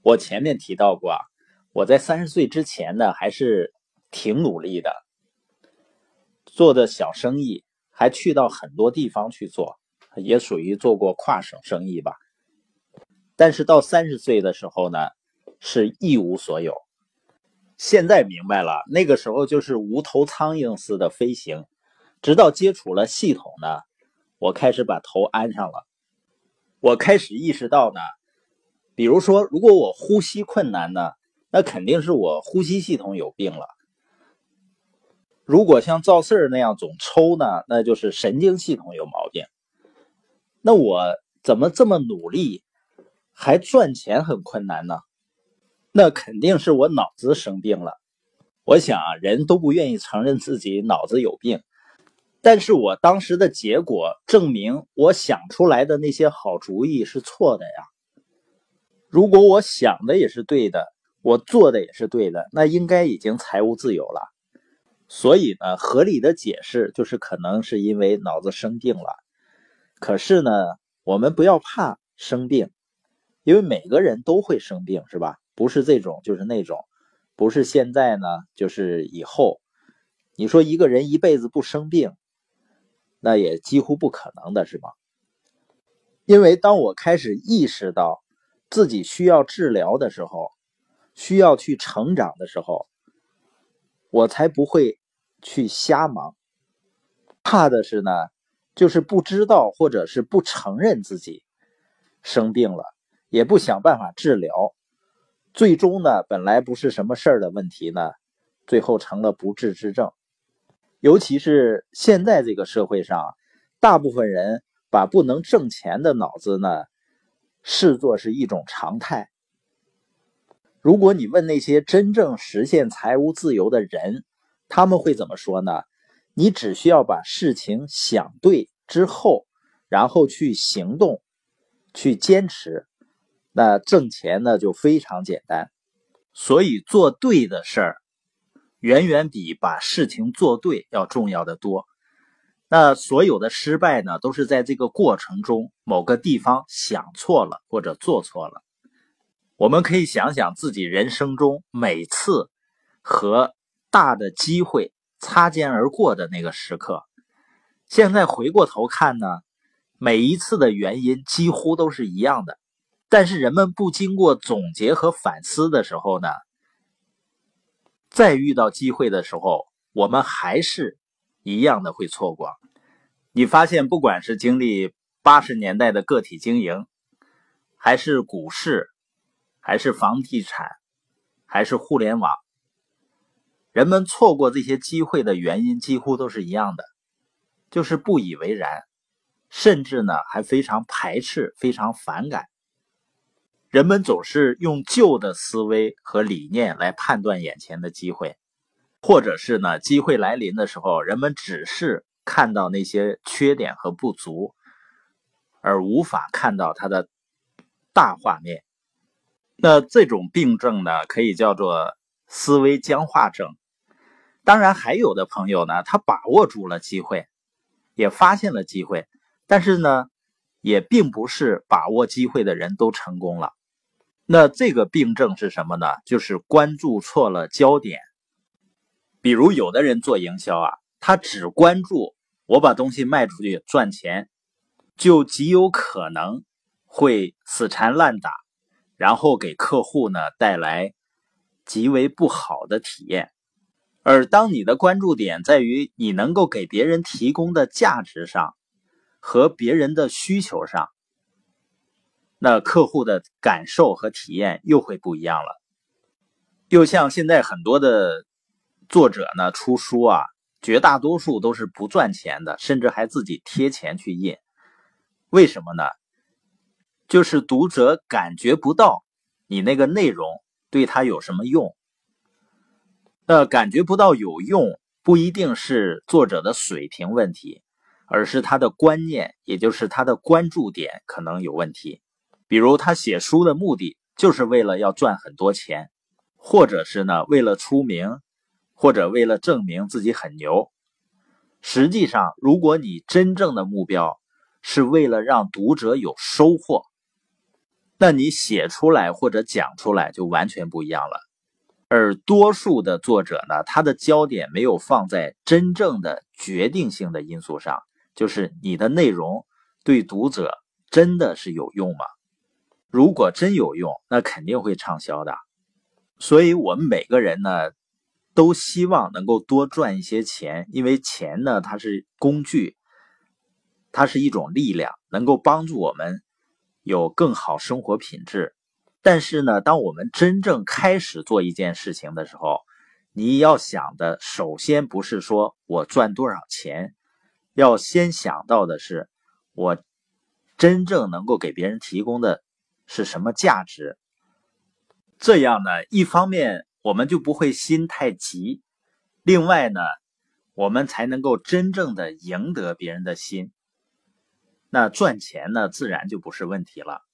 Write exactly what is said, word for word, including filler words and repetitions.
我前面提到过啊，我在三十岁之前呢，还是挺努力的，做的小生意，还去到很多地方去做，也属于做过跨省生意吧。但是到三十岁的时候呢，是一无所有。现在明白了，那个时候就是无头苍蝇似的飞行，直到接触了系统呢，我开始把头安上了。我开始意识到呢，比如说如果我呼吸困难呢，那肯定是我呼吸系统有病了。如果像赵四儿那样总抽呢，那就是神经系统有毛病。那我怎么这么努力，还赚钱很困难呢？那肯定是我脑子生病了。我想啊，人都不愿意承认自己脑子有病，但是我当时的结果证明我想出来的那些好主意是错的呀。如果我想的也是对的，我做的也是对的，那应该已经财务自由了。所以呢，合理的解释就是可能是因为脑子生病了。可是呢，我们不要怕生病，因为每个人都会生病，是吧？不是这种就是那种，不是现在呢就是以后。你说一个人一辈子不生病，那也几乎不可能的，是吗？因为当我开始意识到自己需要治疗的时候，需要去成长的时候，我才不会去瞎忙。怕的是呢，就是不知道或者是不承认自己生病了，也不想办法治疗，最终呢，本来不是什么事儿的问题呢，最后成了不治之症。尤其是现在这个社会上，大部分人把不能挣钱的脑子呢，视作是一种常态。如果你问那些真正实现财务自由的人，他们会怎么说呢？你只需要把事情想对之后，然后去行动，去坚持，那挣钱呢就非常简单。所以做对的事儿，远远比把事情做对要重要的多。那所有的失败呢，都是在这个过程中某个地方想错了或者做错了。我们可以想想自己人生中每次和大的机会擦肩而过的那个时刻，现在回过头看呢，每一次的原因几乎都是一样的，但是人们不经过总结和反思的时候呢，再遇到机会的时候，我们还是一样的会错过。你发现不管是经历八十年代的个体经营，还是股市，还是房地产，还是互联网，人们错过这些机会的原因几乎都是一样的，就是不以为然，甚至呢还非常排斥，非常反感。人们总是用旧的思维和理念来判断眼前的机会，或者是呢机会来临的时候，人们只是看到那些缺点和不足，而无法看到它的大画面。那这种病症呢，可以叫做思维僵化症。当然还有的朋友呢，他把握住了机会，也发现了机会，但是呢，也并不是把握机会的人都成功了。那这个病症是什么呢？就是关注错了焦点。比如有的人做营销啊，他只关注我把东西卖出去赚钱，就极有可能会死缠烂打，然后给客户呢带来极为不好的体验。而当你的关注点在于你能够给别人提供的价值上和别人的需求上，那客户的感受和体验又会不一样了。又像现在很多的作者呢出书啊，绝大多数都是不赚钱的，甚至还自己贴钱去印。为什么呢？就是读者感觉不到你那个内容对他有什么用。那感觉不到有用，不一定是作者的水平问题，而是他的观念，也就是他的关注点可能有问题。比如他写书的目的就是为了要赚很多钱，或者是呢为了出名，或者为了证明自己很牛。实际上，如果你真正的目标是为了让读者有收获， 那你写出来或者讲出来就完全不一样了。而多数的作者呢，他的焦点没有放在真正的决定性的因素上，就是你的内容对读者真的是有用吗？如果真有用，那肯定会畅销的。所以我们每个人呢，都希望能够多赚一些钱，因为钱呢，它是工具，它是一种力量，能够帮助我们有更好生活品质。但是呢，当我们真正开始做一件事情的时候，你要想的首先不是说我赚多少钱，要先想到的是我真正能够给别人提供的是什么价值。这样呢，一方面我们就不会心太急，另外呢，我们才能够真正的赢得别人的心。那赚钱呢，自然就不是问题了。